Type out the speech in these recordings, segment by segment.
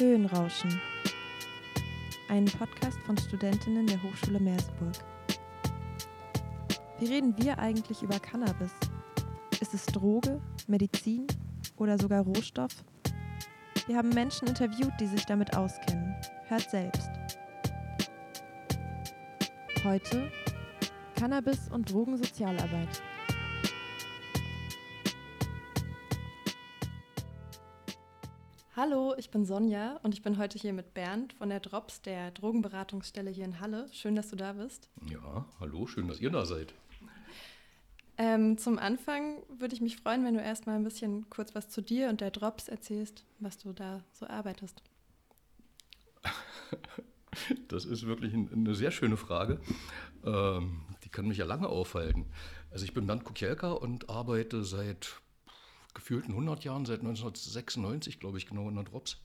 Höhenrauschen. Ein Podcast von Studentinnen der Hochschule Merseburg. Wie reden wir eigentlich über Cannabis? Ist es Droge, Medizin oder sogar Rohstoff? Wir haben Menschen interviewt, die sich damit auskennen. Hört selbst. Heute Cannabis und Drogensozialarbeit. Hallo, ich bin Sonja und ich bin heute hier mit Bernd von der DROPS, der Drogenberatungsstelle hier in Halle. Schön, dass du da bist. Ja, hallo, schön, dass ihr da seid. Zum Anfang würde ich mich freuen, wenn du erstmal ein bisschen kurz was zu dir und der DROPS erzählst, was du da so arbeitest. Das ist wirklich eine sehr schöne Frage. Die kann mich ja lange aufhalten. Also ich bin Bernd Kukielka und arbeite seit gefühlten 100 Jahren, seit 1996, glaube ich, genau in der DROPS.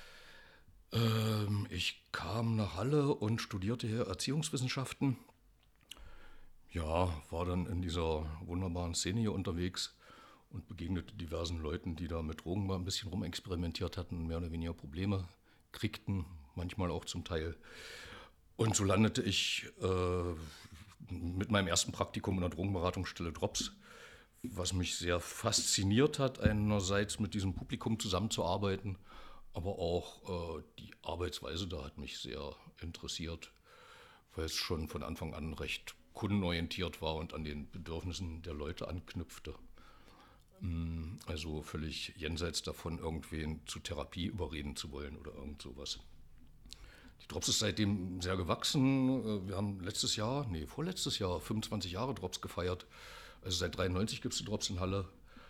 Ich kam nach Halle und studierte hier Erziehungswissenschaften. Ja, war dann in dieser wunderbaren Szene hier unterwegs und begegnete diversen Leuten, die da mit Drogen mal ein bisschen rumexperimentiert hatten, mehr oder weniger Probleme kriegten, manchmal auch zum Teil. Und so landete ich mit meinem ersten Praktikum in der Drogenberatungsstelle DROPS, was mich sehr fasziniert hat, einerseits mit diesem Publikum zusammenzuarbeiten, aber auch die Arbeitsweise da hat mich sehr interessiert, weil es schon von Anfang an recht kundenorientiert war und an den Bedürfnissen der Leute anknüpfte. Also völlig jenseits davon, irgendwen zur Therapie überreden zu wollen oder irgend sowas. Die DROPS ist seitdem sehr gewachsen. Wir haben vorletztes Jahr 25 Jahre DROPS gefeiert. Also seit 1993 gibt es die DROPS in Halle.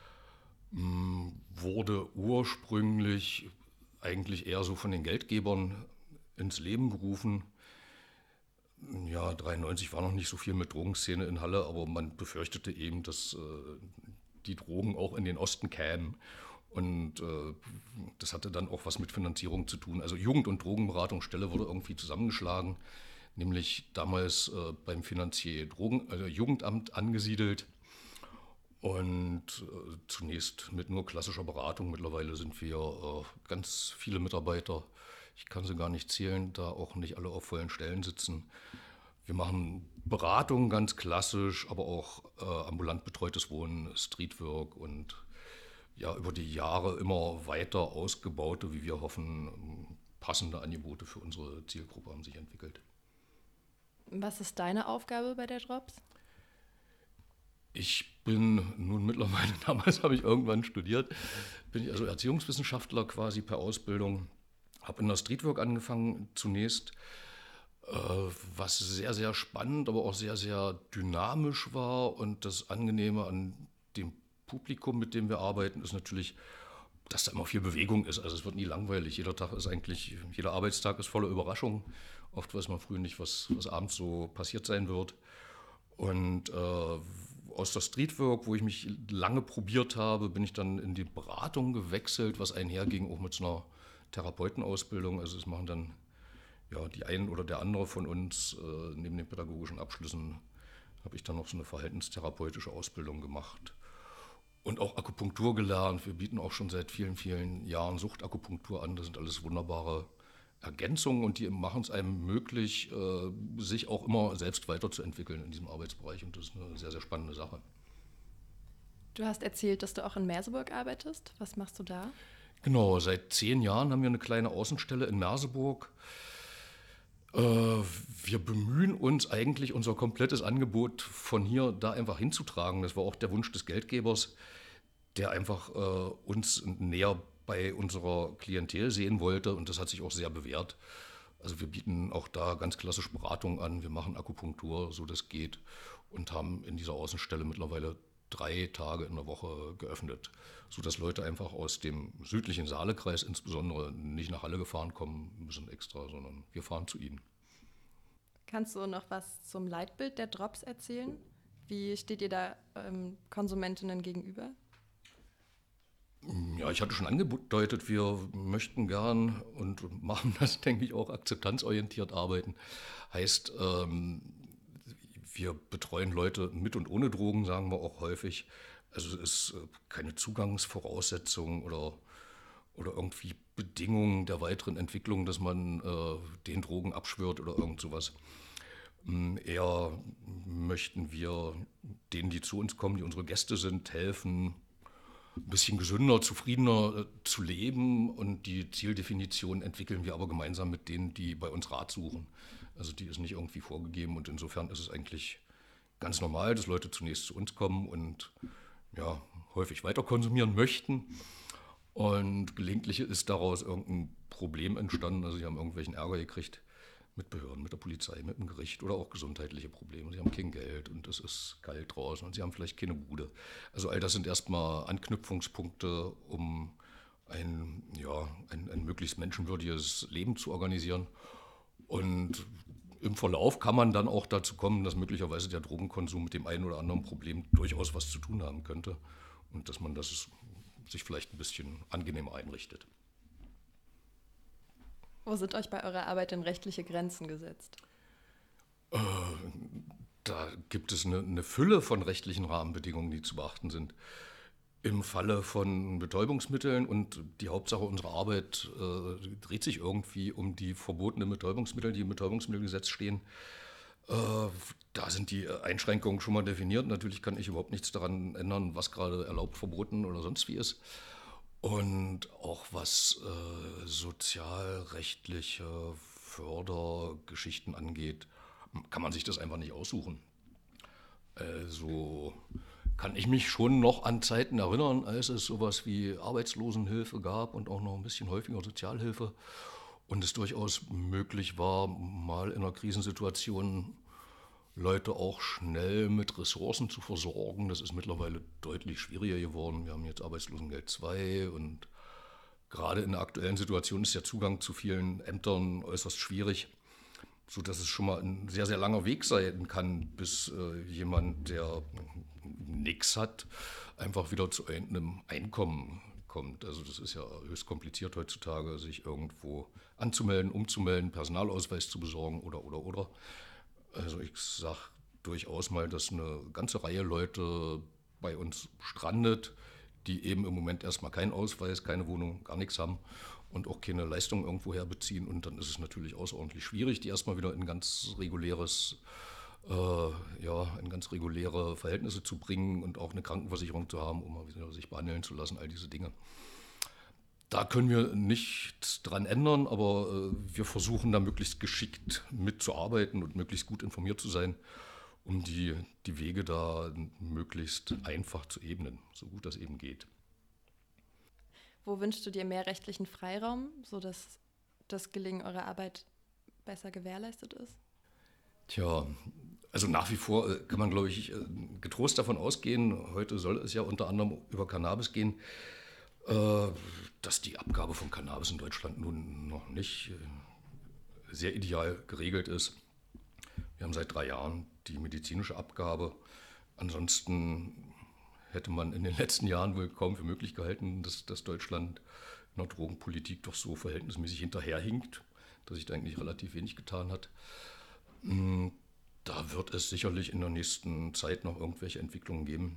Wurde ursprünglich eigentlich eher so von den Geldgebern ins Leben gerufen. Ja, 1993 war noch nicht so viel mit Drogenszene in Halle, aber man befürchtete eben, dass die Drogen auch in den Osten kämen. Und das hatte dann auch was mit Finanzierung zu tun. Also Jugend- und Drogenberatungsstelle wurde irgendwie zusammengeschlagen, nämlich damals beim Finanzier Jugendamt angesiedelt. Und zunächst mit nur klassischer Beratung. Mittlerweile sind wir ganz viele Mitarbeiter. Ich kann sie gar nicht zählen, da auch nicht alle auf vollen Stellen sitzen. Wir machen Beratung ganz klassisch, aber auch ambulant betreutes Wohnen, Streetwork und ja, über die Jahre immer weiter ausgebaute, wie wir hoffen, passende Angebote für unsere Zielgruppe haben sich entwickelt. Was ist deine Aufgabe bei der DROPS? Ich bin nun mittlerweile, damals habe ich irgendwann studiert, bin ich also Erziehungswissenschaftler quasi per Ausbildung, habe in der Streetwork angefangen zunächst, was sehr, sehr spannend, aber auch sehr, sehr dynamisch war. Und das Angenehme an dem Publikum, mit dem wir arbeiten, ist natürlich, dass da immer viel Bewegung ist. Also es wird nie langweilig. Jeder Arbeitstag ist voller Überraschungen. Oft weiß man früh nicht, was abends so passiert sein wird. Und aus der Streetwork, wo ich mich lange probiert habe, bin ich dann in die Beratung gewechselt, was einherging auch mit so einer Therapeutenausbildung. Also es machen dann ja, die einen oder der andere von uns, neben den pädagogischen Abschlüssen, habe ich dann noch so eine verhaltenstherapeutische Ausbildung gemacht. Und auch Akupunktur gelernt. Wir bieten auch schon seit vielen, vielen Jahren Suchtakupunktur an. Das sind alles wunderbare Ergänzungen und die machen es einem möglich, sich auch immer selbst weiterzuentwickeln in diesem Arbeitsbereich. Und das ist eine sehr, sehr spannende Sache. Du hast erzählt, dass du auch in Merseburg arbeitest. Was machst du da? Genau, seit 10 Jahren haben wir eine kleine Außenstelle in Merseburg. Wir bemühen uns eigentlich, unser komplettes Angebot von hier da einfach hinzutragen. Das war auch der Wunsch des Geldgebers, der einfach uns näher bei unserer Klientel sehen wollte, und das hat sich auch sehr bewährt. Also wir bieten auch da ganz klassisch Beratung an, wir machen Akupunktur, so das geht, und haben in dieser Außenstelle mittlerweile 3 Tage in der Woche geöffnet, sodass Leute einfach aus dem südlichen Saalekreis insbesondere nicht nach Halle gefahren kommen müssen extra, sondern wir fahren zu ihnen. Kannst du noch was zum Leitbild der DROPS erzählen? Wie steht ihr da Konsumentinnen gegenüber? Ja, ich hatte schon angedeutet, wir möchten gern und machen das, denke ich, auch akzeptanzorientiert arbeiten. Heißt, wir betreuen Leute mit und ohne Drogen, sagen wir auch häufig. Also es ist keine Zugangsvoraussetzung oder irgendwie Bedingung der weiteren Entwicklung, dass man den Drogen abschwört oder irgend sowas. Eher möchten wir denen, die zu uns kommen, die unsere Gäste sind, helfen, ein bisschen gesünder, zufriedener zu leben. Und die Zieldefinition entwickeln wir aber gemeinsam mit denen, die bei uns Rat suchen. Also die ist nicht irgendwie vorgegeben und insofern ist es eigentlich ganz normal, dass Leute zunächst zu uns kommen und ja, häufig weiter konsumieren möchten. Und gelegentlich ist daraus irgendein Problem entstanden. Also sie haben irgendwelchen Ärger gekriegt mit Behörden, mit der Polizei, mit dem Gericht oder auch gesundheitliche Probleme. Sie haben kein Geld und es ist kalt draußen und sie haben vielleicht keine Bude. Also all das sind erstmal Anknüpfungspunkte, um ein möglichst menschenwürdiges Leben zu organisieren. Und im Verlauf kann man dann auch dazu kommen, dass möglicherweise der Drogenkonsum mit dem einen oder anderen Problem durchaus was zu tun haben könnte und dass man das sich vielleicht ein bisschen angenehmer einrichtet. Wo sind euch bei eurer Arbeit denn rechtliche Grenzen gesetzt? Da gibt es eine Fülle von rechtlichen Rahmenbedingungen, die zu beachten sind. Im Falle von Betäubungsmitteln und die Hauptsache unserer Arbeit dreht sich irgendwie um die verbotenen Betäubungsmittel, die im Betäubungsmittelgesetz stehen. Da sind die Einschränkungen schon mal definiert. Natürlich kann ich überhaupt nichts daran ändern, was gerade erlaubt, verboten oder sonst wie ist. Und auch was sozialrechtliche Fördergeschichten angeht, kann man sich das einfach nicht aussuchen. Also kann ich mich schon noch an Zeiten erinnern, als es sowas wie Arbeitslosenhilfe gab und auch noch ein bisschen häufiger Sozialhilfe. Und es durchaus möglich war, mal in einer Krisensituation Leute auch schnell mit Ressourcen zu versorgen. Das ist mittlerweile deutlich schwieriger geworden. Wir haben jetzt Arbeitslosengeld 2 und gerade in der aktuellen Situation ist der Zugang zu vielen Ämtern äußerst schwierig, sodass es schon mal ein sehr, sehr langer Weg sein kann, bis jemand, der nichts hat, einfach wieder zu einem Einkommen kommt. Also das ist ja höchst kompliziert heutzutage, sich irgendwo anzumelden, umzumelden, Personalausweis zu besorgen oder. Also ich sage durchaus mal, dass eine ganze Reihe Leute bei uns strandet, die eben im Moment erstmal keinen Ausweis, keine Wohnung, gar nichts haben und auch keine Leistung irgendwo herbeziehen. Und dann ist es natürlich außerordentlich schwierig, die erstmal wieder in ganz in ganz reguläre Verhältnisse zu bringen und auch eine Krankenversicherung zu haben, um mal wieder sich behandeln zu lassen, all diese Dinge. Da können wir nichts dran ändern, aber wir versuchen da möglichst geschickt mitzuarbeiten und möglichst gut informiert zu sein, um die Wege da möglichst einfach zu ebnen, so gut das eben geht. Wo wünschst du dir mehr rechtlichen Freiraum, sodass das Gelingen eurer Arbeit besser gewährleistet ist? Tja, also nach wie vor kann man, glaube ich, getrost davon ausgehen, heute soll es ja unter anderem über Cannabis gehen, dass die Abgabe von Cannabis in Deutschland nun noch nicht sehr ideal geregelt ist. Wir haben seit 3 Jahren die medizinische Abgabe. Ansonsten hätte man in den letzten Jahren wohl kaum für möglich gehalten, dass Deutschland in der Drogenpolitik doch so verhältnismäßig hinterherhinkt, dass sich da eigentlich relativ wenig getan hat. Da wird es sicherlich in der nächsten Zeit noch irgendwelche Entwicklungen geben.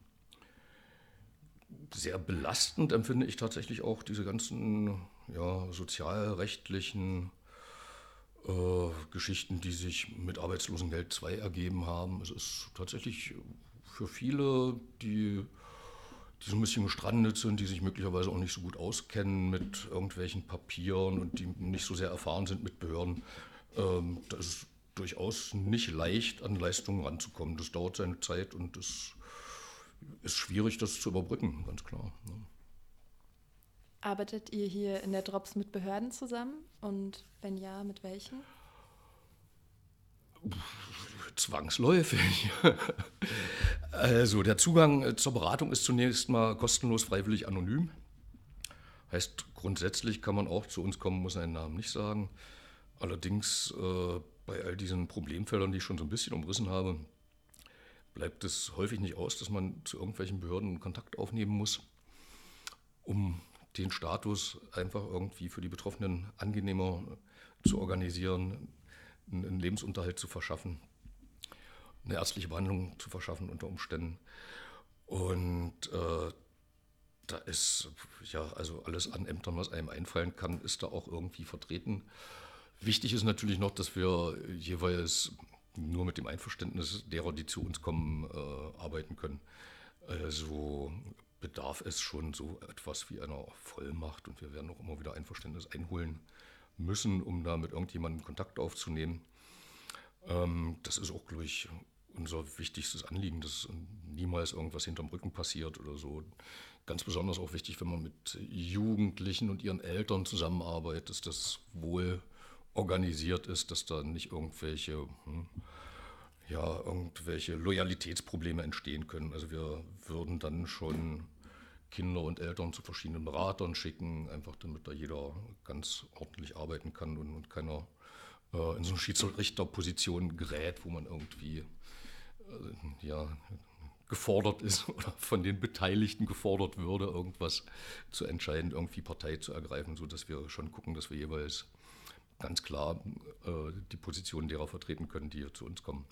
Sehr belastend empfinde ich tatsächlich auch diese ganzen sozialrechtlichen Geschichten, die sich mit Arbeitslosengeld 2 ergeben haben. Es ist tatsächlich für viele, die so ein bisschen gestrandet sind, die sich möglicherweise auch nicht so gut auskennen mit irgendwelchen Papieren und die nicht so sehr erfahren sind mit Behörden, das ist durchaus nicht leicht, an Leistungen ranzukommen. Das dauert seine Zeit und es ist schwierig, das zu überbrücken, ganz klar. Arbeitet ihr hier in der Drops mit Behörden zusammen? Und wenn ja, mit welchen? Zwangsläufig. Also der Zugang zur Beratung ist zunächst mal kostenlos, freiwillig, anonym. Heißt, grundsätzlich kann man auch zu uns kommen, muss seinen Namen nicht sagen. Allerdings bei all diesen Problemfeldern, die ich schon so ein bisschen umrissen habe, bleibt es häufig nicht aus, dass man zu irgendwelchen Behörden Kontakt aufnehmen muss, um den Status einfach irgendwie für die Betroffenen angenehmer zu organisieren, einen Lebensunterhalt zu verschaffen, eine ärztliche Behandlung zu verschaffen unter Umständen. Und Da ist ja also alles an Ämtern, was einem einfallen kann, ist da auch irgendwie vertreten. Wichtig ist natürlich noch, dass wir jeweils nur mit dem Einverständnis derer, die zu uns kommen, arbeiten können. Also bedarf es schon so etwas wie einer Vollmacht und wir werden auch immer wieder Einverständnis einholen müssen, um da mit irgendjemandem Kontakt aufzunehmen. Das ist auch, glaube ich, unser wichtigstes Anliegen, dass niemals irgendwas hinterm Rücken passiert oder so. Ganz besonders auch wichtig, wenn man mit Jugendlichen und ihren Eltern zusammenarbeitet, dass das wohl organisiert ist, dass da nicht irgendwelche Loyalitätsprobleme entstehen können. Also wir würden dann schon Kinder und Eltern zu verschiedenen Beratern schicken, einfach damit da jeder ganz ordentlich arbeiten kann und keiner in so eine Schiedsrichterposition gerät, wo man irgendwie gefordert ist oder von den Beteiligten gefordert würde, irgendwas zu entscheiden, irgendwie Partei zu ergreifen, sodass wir schon gucken, dass wir jeweils ganz klar die Position derer vertreten können, die hier zu uns kommen.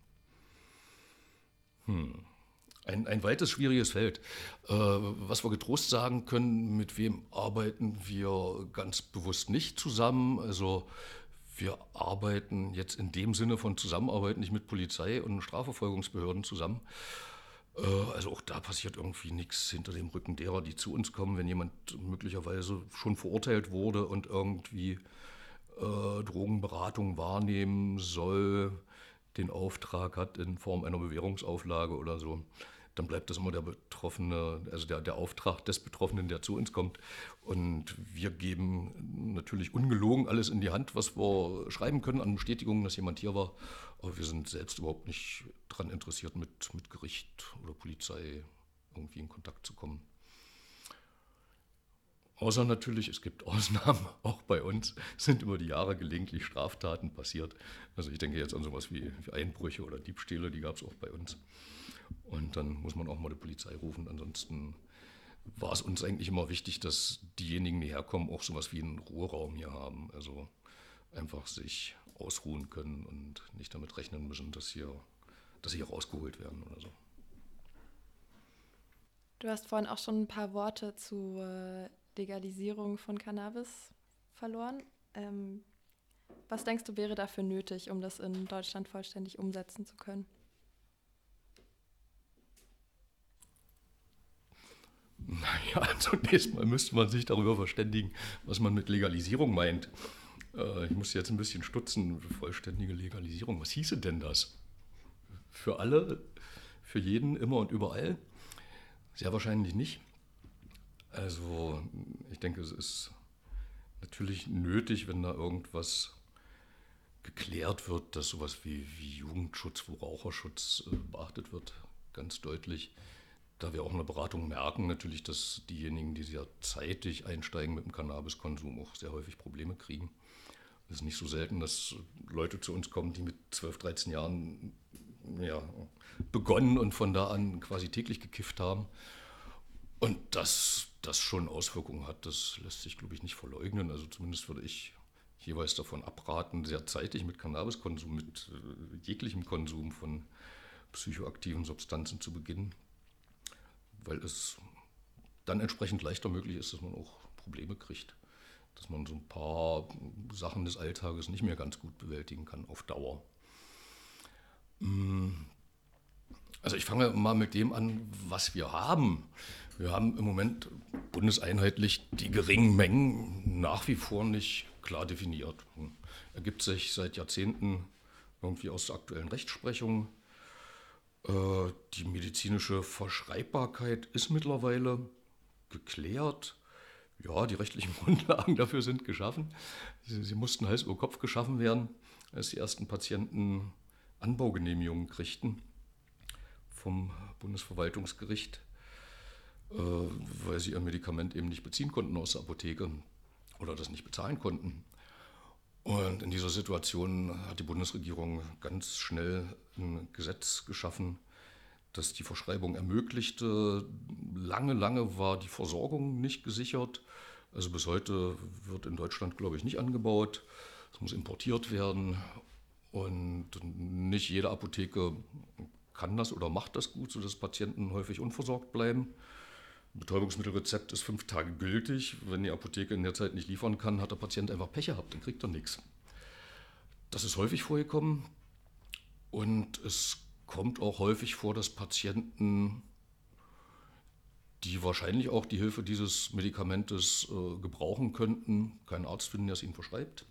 Ein weites, schwieriges Feld. Was wir getrost sagen können, mit wem arbeiten wir ganz bewusst nicht zusammen. Also wir arbeiten jetzt in dem Sinne von Zusammenarbeit nicht mit Polizei und Strafverfolgungsbehörden zusammen. Also auch da passiert irgendwie nichts hinter dem Rücken derer, die zu uns kommen, wenn jemand möglicherweise schon verurteilt wurde und irgendwie Drogenberatung wahrnehmen soll, den Auftrag hat in Form einer Bewährungsauflage oder so, dann bleibt das immer der Betroffene, also der Auftrag des Betroffenen, der zu uns kommt. Und wir geben natürlich ungelogen alles in die Hand, was wir schreiben können an Bestätigungen, dass jemand hier war. Aber wir sind selbst überhaupt nicht daran interessiert, mit Gericht oder Polizei irgendwie in Kontakt zu kommen. Außer natürlich, es gibt Ausnahmen, auch bei uns sind über die Jahre gelegentlich Straftaten passiert. Also ich denke jetzt an sowas wie Einbrüche oder Diebstähle, die gab es auch bei uns. Und dann muss man auch mal die Polizei rufen. Ansonsten war es uns eigentlich immer wichtig, dass diejenigen, die herkommen, auch sowas wie einen Ruheraum hier haben. Also einfach sich ausruhen können und nicht damit rechnen müssen, dass sie hier rausgeholt werden oder so. Du hast vorhin auch schon ein paar Worte zur Legalisierung von Cannabis verloren. Was denkst du, wäre dafür nötig, um das in Deutschland vollständig umsetzen zu können? Naja, zunächst mal müsste man sich darüber verständigen, was man mit Legalisierung meint. Ich muss jetzt ein bisschen stutzen, vollständige Legalisierung. Was hieße denn das? Für alle, für jeden, immer und überall? Sehr wahrscheinlich nicht. Also ich denke, es ist natürlich nötig, wenn da irgendwas geklärt wird, dass sowas wie Jugendschutz, wo Raucherschutz beachtet wird, ganz deutlich. Da wir auch in der Beratung merken natürlich, dass diejenigen, die sehr zeitig einsteigen mit dem Cannabiskonsum, auch sehr häufig Probleme kriegen. Es ist nicht so selten, dass Leute zu uns kommen, die mit 12, 13 Jahren begonnen und von da an quasi täglich gekifft haben. Und dass das schon Auswirkungen hat, das lässt sich, glaube ich, nicht verleugnen. Also zumindest würde ich jeweils davon abraten, sehr zeitig mit Cannabiskonsum, mit jeglichem Konsum von psychoaktiven Substanzen zu beginnen, weil es dann entsprechend leichter möglich ist, dass man auch Probleme kriegt, dass man so ein paar Sachen des Alltages nicht mehr ganz gut bewältigen kann auf Dauer. Also ich fange mal mit dem an, was wir haben. Wir haben im Moment bundeseinheitlich die geringen Mengen nach wie vor nicht klar definiert. Ergibt sich seit Jahrzehnten irgendwie aus der aktuellen Rechtsprechung. Die medizinische Verschreibbarkeit ist mittlerweile geklärt. Ja, die rechtlichen Grundlagen dafür sind geschaffen. Sie mussten Hals über Kopf geschaffen werden, als die ersten Patienten Anbaugenehmigungen kriegten vom Bundesverwaltungsgericht, weil sie ihr Medikament eben nicht beziehen konnten aus der Apotheke oder das nicht bezahlen konnten. Und in dieser Situation hat die Bundesregierung ganz schnell ein Gesetz geschaffen, das die Verschreibung ermöglichte. Lange war die Versorgung nicht gesichert. Also bis heute wird in Deutschland, glaube ich, nicht angebaut. Es muss importiert werden. Und nicht jede Apotheke kann das oder macht das gut, sodass Patienten häufig unversorgt bleiben. Betäubungsmittelrezept ist 5 Tage gültig. Wenn die Apotheke in der Zeit nicht liefern kann, hat der Patient einfach Pech gehabt, dann kriegt er nichts. Das ist häufig vorgekommen und es kommt auch häufig vor, dass Patienten, die wahrscheinlich auch die Hilfe dieses Medikamentes gebrauchen könnten, keinen Arzt finden, der es ihnen verschreibt.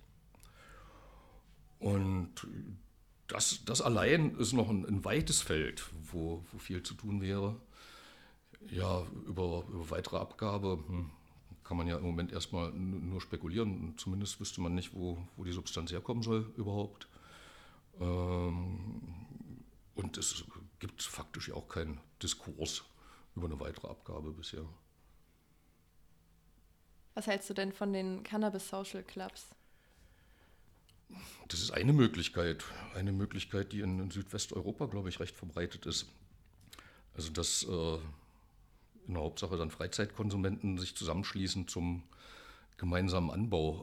Und das allein ist noch ein weites Feld, wo viel zu tun wäre. Ja, über weitere Abgabe kann man ja im Moment erstmal nur spekulieren. Zumindest wüsste man nicht, wo die Substanz herkommen soll überhaupt. Und es gibt faktisch ja auch keinen Diskurs über eine weitere Abgabe bisher. Was hältst du denn von den Cannabis Social Clubs? Das ist eine Möglichkeit, die in Südwesteuropa, glaube ich, recht verbreitet ist. Also dass in der Hauptsache dann Freizeitkonsumenten sich zusammenschließen zum gemeinsamen Anbau.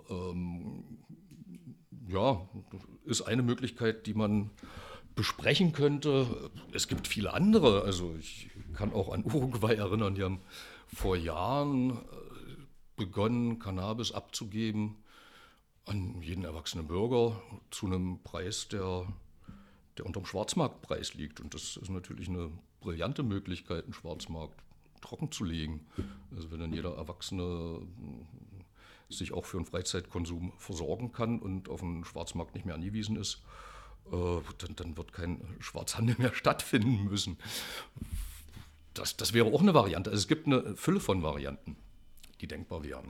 Ja, ist eine Möglichkeit, die man besprechen könnte. Es gibt viele andere. Also ich kann auch an Uruguay erinnern, die haben vor Jahren begonnen, Cannabis abzugeben an jeden erwachsenen Bürger zu einem Preis, der unterm Schwarzmarktpreis liegt. Und das ist natürlich eine brillante Möglichkeit, einen Schwarzmarkt trocken zu legen. Also wenn dann jeder Erwachsene sich auch für einen Freizeitkonsum versorgen kann und auf den Schwarzmarkt nicht mehr angewiesen ist, dann wird kein Schwarzhandel mehr stattfinden müssen. Das wäre auch eine Variante. Also es gibt eine Fülle von Varianten, die denkbar wären.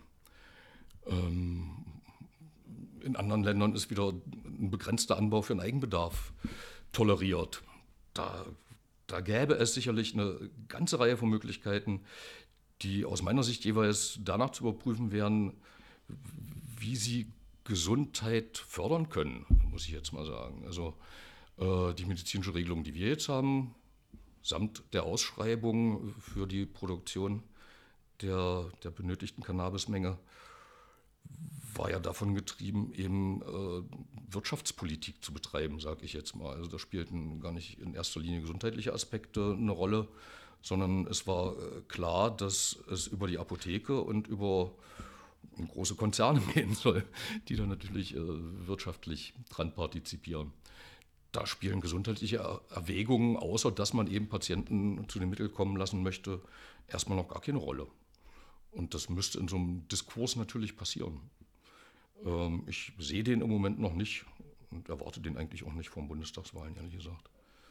In anderen Ländern ist wieder ein begrenzter Anbau für den Eigenbedarf toleriert. Da gäbe es sicherlich eine ganze Reihe von Möglichkeiten, die aus meiner Sicht jeweils danach zu überprüfen wären, wie sie Gesundheit fördern können, muss ich jetzt mal sagen. Also die medizinische Regelung, die wir jetzt haben, samt der Ausschreibung für die Produktion der benötigten Cannabismenge, war ja davon getrieben, eben Wirtschaftspolitik zu betreiben, sage ich jetzt mal. Also da spielten gar nicht in erster Linie gesundheitliche Aspekte eine Rolle, sondern es war klar, dass es über die Apotheke und über große Konzerne gehen soll, die dann natürlich wirtschaftlich dran partizipieren. Da spielen gesundheitliche Erwägungen, außer dass man eben Patienten zu den Mitteln kommen lassen möchte, erstmal noch gar keine Rolle. Und das müsste in so einem Diskurs natürlich passieren. Ich sehe den im Moment noch nicht und erwarte den eigentlich auch nicht vor Bundestagswahlen, ehrlich gesagt.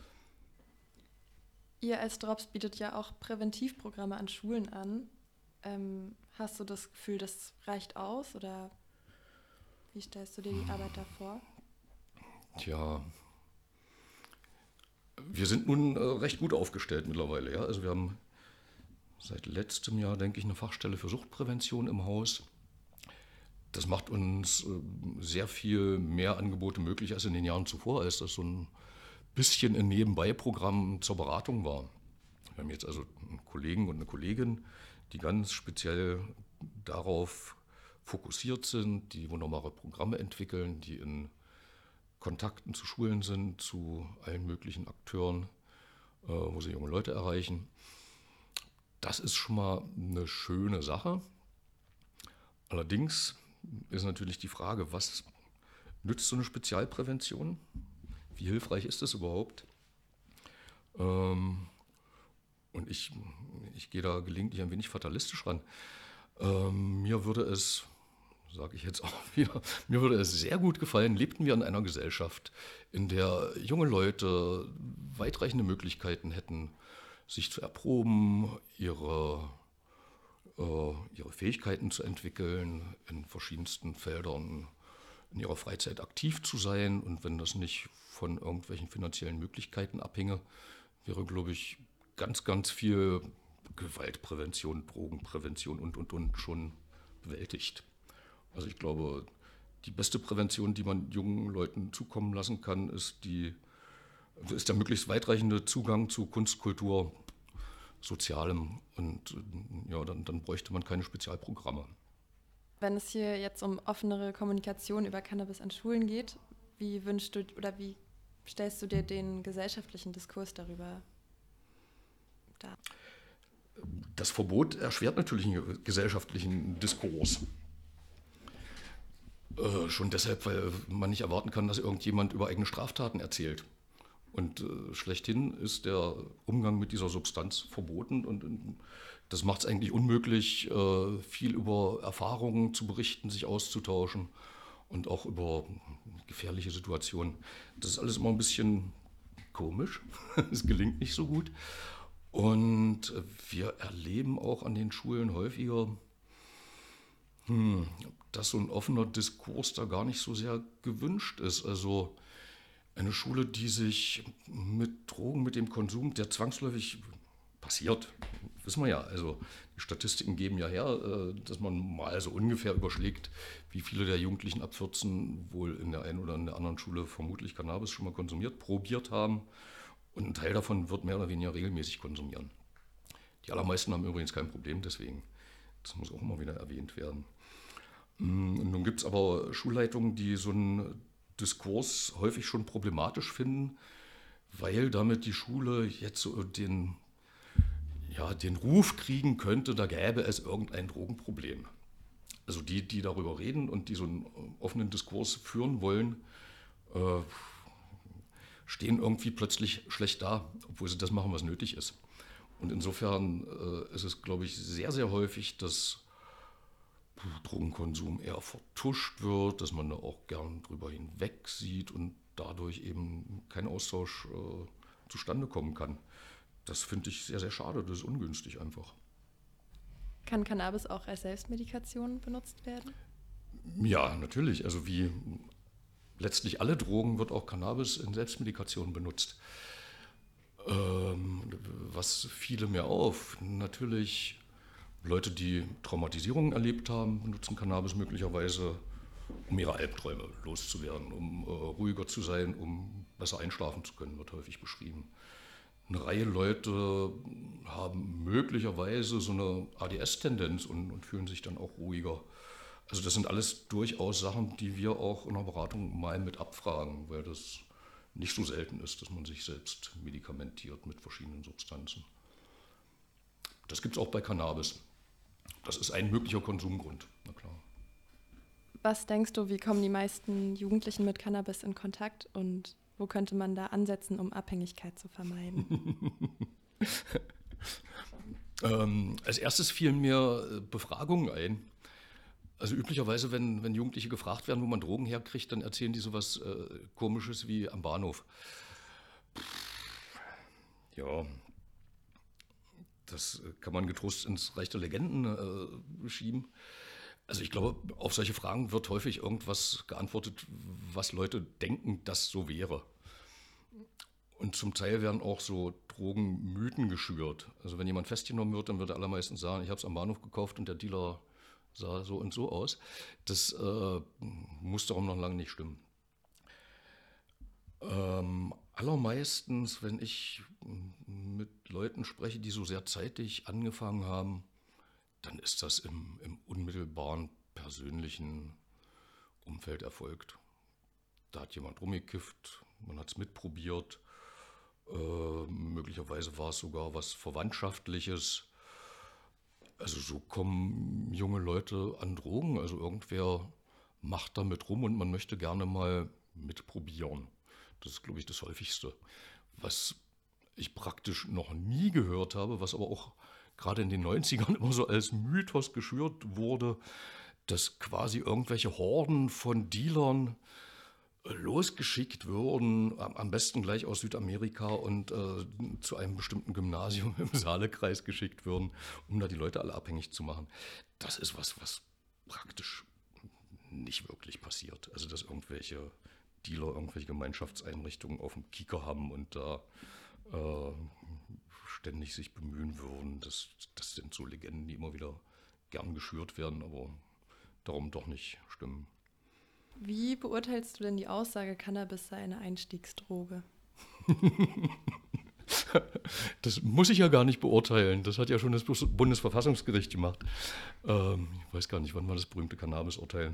Ihr als Drops bietet ja auch Präventivprogramme an Schulen an. Hast du das Gefühl, das reicht aus oder wie stellst du dir die Arbeit da vor? Tja, wir sind nun recht gut aufgestellt mittlerweile. Ja? Also wir haben seit letztem Jahr, denke ich, eine Fachstelle für Suchtprävention im Haus. Das macht uns sehr viel mehr Angebote möglich als in den Jahren zuvor, als das so ein bisschen ein Nebenbei-Programm zur Beratung war. Wir haben jetzt also einen Kollegen und eine Kollegin, die ganz speziell darauf fokussiert sind, die wunderbare Programme entwickeln, die in Kontakten zu Schulen sind, zu allen möglichen Akteuren, wo sie junge Leute erreichen. Das ist schon mal eine schöne Sache. Allerdings ist natürlich die Frage, was nützt so eine Spezialprävention? Wie hilfreich ist das überhaupt? Und ich gehe da gelegentlich ein wenig fatalistisch ran. Mir würde es, sage ich jetzt auch wieder, mir würde es sehr gut gefallen, lebten wir in einer Gesellschaft, in der junge Leute weitreichende Möglichkeiten hätten, sich zu erproben, ihre Fähigkeiten zu entwickeln, in verschiedensten Feldern in ihrer Freizeit aktiv zu sein. Und wenn das nicht von irgendwelchen finanziellen Möglichkeiten abhinge, wäre, glaube ich, ganz, ganz viel Gewaltprävention, Drogenprävention und schon bewältigt. Also ich glaube, die beste Prävention, die man jungen Leuten zukommen lassen kann, ist der möglichst weitreichende Zugang zu Kunst, Kultur, Sozialem und ja, dann bräuchte man keine Spezialprogramme. Wenn es hier jetzt um offenere Kommunikation über Cannabis an Schulen geht, wie wünschst du oder wie stellst du dir den gesellschaftlichen Diskurs darüber dar? Das Verbot erschwert natürlich einen gesellschaftlichen Diskurs. Schon deshalb, weil man nicht erwarten kann, dass irgendjemand über eigene Straftaten erzählt. Und schlechthin ist der Umgang mit dieser Substanz verboten und das macht es eigentlich unmöglich, viel über Erfahrungen zu berichten, sich auszutauschen und auch über gefährliche Situationen. Das ist alles immer ein bisschen komisch. Es gelingt nicht so gut. Und wir erleben auch an den Schulen häufiger, dass so ein offener Diskurs da gar nicht so sehr gewünscht ist. Also eine Schule, die sich mit Drogen, mit dem Konsum, der zwangsläufig passiert, wissen wir ja. Also die Statistiken geben ja her, dass man mal so ungefähr überschlägt, wie viele der Jugendlichen ab 14 wohl in der einen oder in der anderen Schule vermutlich Cannabis schon mal konsumiert, probiert haben. Und ein Teil davon wird mehr oder weniger regelmäßig konsumieren. Die allermeisten haben übrigens kein Problem deswegen. Das muss auch immer wieder erwähnt werden. Und nun gibt es aber Schulleitungen, die so einen Diskurs häufig schon problematisch finden, weil damit die Schule jetzt so den Ruf kriegen könnte, da gäbe es irgendein Drogenproblem. Also die darüber reden und die so einen offenen Diskurs führen wollen, stehen irgendwie plötzlich schlecht da, obwohl sie das machen, was nötig ist. Und insofern ist es, glaube ich, sehr, sehr häufig, dass Drogenkonsum eher vertuscht wird, dass man da auch gern drüber hinweg sieht und dadurch eben kein Austausch zustande kommen kann. Das finde ich sehr, sehr schade, das ist ungünstig einfach. Kann Cannabis auch als Selbstmedikation benutzt werden? Ja, natürlich. Also wie letztlich alle Drogen wird auch Cannabis in Selbstmedikation benutzt. Was fiele mir auf? Natürlich Leute, die Traumatisierungen erlebt haben, benutzen Cannabis möglicherweise, um ihre Albträume loszuwerden, um ruhiger zu sein, um besser einschlafen zu können, wird häufig beschrieben. Eine Reihe Leute haben möglicherweise so eine ADS-Tendenz und fühlen sich dann auch ruhiger. Also das sind alles durchaus Sachen, die wir auch in der Beratung mal mit abfragen, weil das nicht so selten ist, dass man sich selbst medikamentiert mit verschiedenen Substanzen. Das gibt es auch bei Cannabis. Das ist ein möglicher Konsumgrund, na klar. Was denkst du, wie kommen die meisten Jugendlichen mit Cannabis in Kontakt und wo könnte man da ansetzen, um Abhängigkeit zu vermeiden? Als erstes fielen mir Befragungen ein. Also üblicherweise, wenn Jugendliche gefragt werden, wo man Drogen herkriegt, dann erzählen die sowas Komisches wie am Bahnhof. Ja, das kann man getrost ins Reich der Legenden schieben. Also ich glaube, auf solche Fragen wird häufig irgendwas geantwortet, was Leute denken, das so wäre. Und zum Teil werden auch so Drogenmythen geschürt. Also wenn jemand festgenommen wird, dann wird er allermeistens sagen, ich habe es am Bahnhof gekauft und der Dealer sah so und so aus. Das muss darum noch lange nicht stimmen. Allermeistens, wenn ich mit Leuten spreche, die so sehr zeitig angefangen haben, dann ist das im unmittelbaren persönlichen Umfeld erfolgt. Da hat jemand rumgekifft, man hat es mitprobiert, möglicherweise war es sogar was Verwandtschaftliches. Also so kommen junge Leute an Drogen, also irgendwer macht damit rum und man möchte gerne mal mitprobieren. Das ist, glaube ich, das Häufigste. Was ich praktisch noch nie gehört habe, was aber auch gerade in den 90ern immer so als Mythos geschürt wurde, dass quasi irgendwelche Horden von Dealern losgeschickt wurden, am besten gleich aus Südamerika und zu einem bestimmten Gymnasium im Saalekreis geschickt würden, um da die Leute alle abhängig zu machen. Das ist was praktisch nicht wirklich passiert. Also dass irgendwelche Dealer irgendwelche Gemeinschaftseinrichtungen auf dem Kieker haben und da ständig sich bemühen würden. Das sind so Legenden, die immer wieder gern geschürt werden, aber darum doch nicht stimmen. Wie beurteilst du denn die Aussage, Cannabis sei eine Einstiegsdroge? Das muss ich ja gar nicht beurteilen. Das hat ja schon das Bundesverfassungsgericht gemacht. Ich weiß gar nicht, wann war das berühmte Cannabis-Urteil?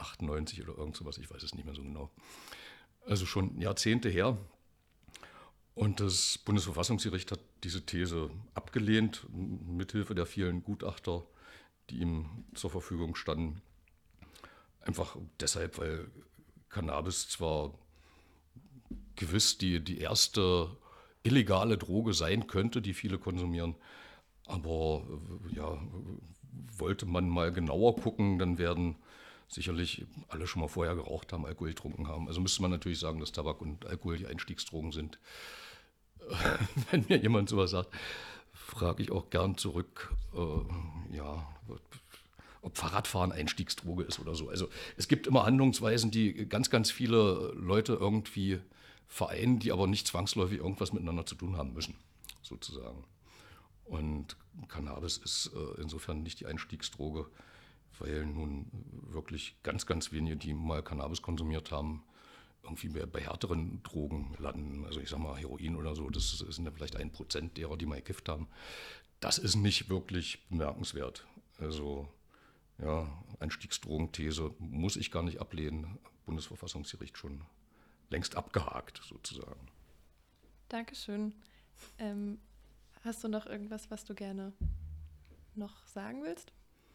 98 oder irgend sowas, ich weiß es nicht mehr so genau. Also schon Jahrzehnte her. Und das Bundesverfassungsgericht hat diese These abgelehnt, mithilfe der vielen Gutachter, die ihm zur Verfügung standen. Einfach deshalb, weil Cannabis zwar gewiss die erste illegale Droge sein könnte, die viele konsumieren, aber ja, wollte man mal genauer gucken, dann werden sicherlich alle schon mal vorher geraucht haben, Alkohol getrunken haben. Also müsste man natürlich sagen, dass Tabak und Alkohol die Einstiegsdrogen sind. Wenn mir jemand sowas sagt, frage ich auch gern zurück, ja, ob Fahrradfahren Einstiegsdroge ist oder so. Also es gibt immer Handlungsweisen, die ganz, ganz viele Leute irgendwie vereinen, die aber nicht zwangsläufig irgendwas miteinander zu tun haben müssen, sozusagen. Und Cannabis ist insofern nicht die Einstiegsdroge, weil nun wirklich ganz, ganz wenige, die mal Cannabis konsumiert haben, irgendwie bei härteren Drogen landen. Also ich sag mal Heroin oder so, das sind ja vielleicht 1% derer, die mal gekifft haben. Das ist nicht wirklich bemerkenswert. Also ja, Einstiegsdrogenthese muss ich gar nicht ablehnen. Bundesverfassungsgericht schon längst abgehakt sozusagen. Dankeschön. Ähm, Hast du noch irgendwas, was du gerne noch sagen willst?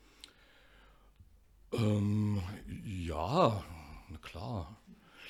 Ja, na klar.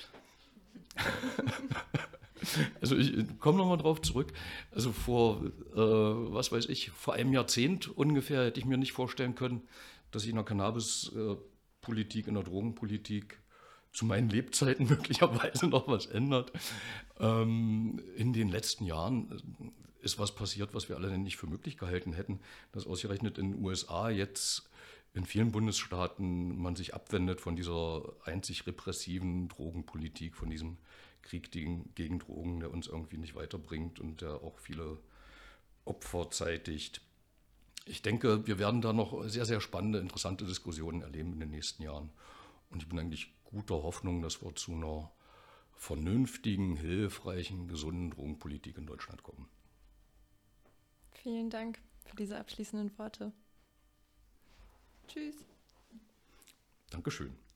Also ich komme nochmal drauf zurück. Also was weiß ich, vor einem Jahrzehnt ungefähr hätte ich mir nicht vorstellen können, dass sich in der Cannabispolitik, in der Drogenpolitik zu meinen Lebzeiten möglicherweise noch was ändert. In den letzten Jahren ist was passiert, was wir alle nicht für möglich gehalten hätten, dass ausgerechnet in den USA jetzt in vielen Bundesstaaten man sich abwendet von dieser einzig repressiven Drogenpolitik, von diesem Krieg gegen Drogen, der uns irgendwie nicht weiterbringt und der auch viele Opfer zeitigt. Ich denke, wir werden da noch sehr, sehr spannende, interessante Diskussionen erleben in den nächsten Jahren. Und ich bin eigentlich guter Hoffnung, dass wir zu einer vernünftigen, hilfreichen, gesunden Drogenpolitik in Deutschland kommen. Vielen Dank für diese abschließenden Worte. Tschüss. Dankeschön.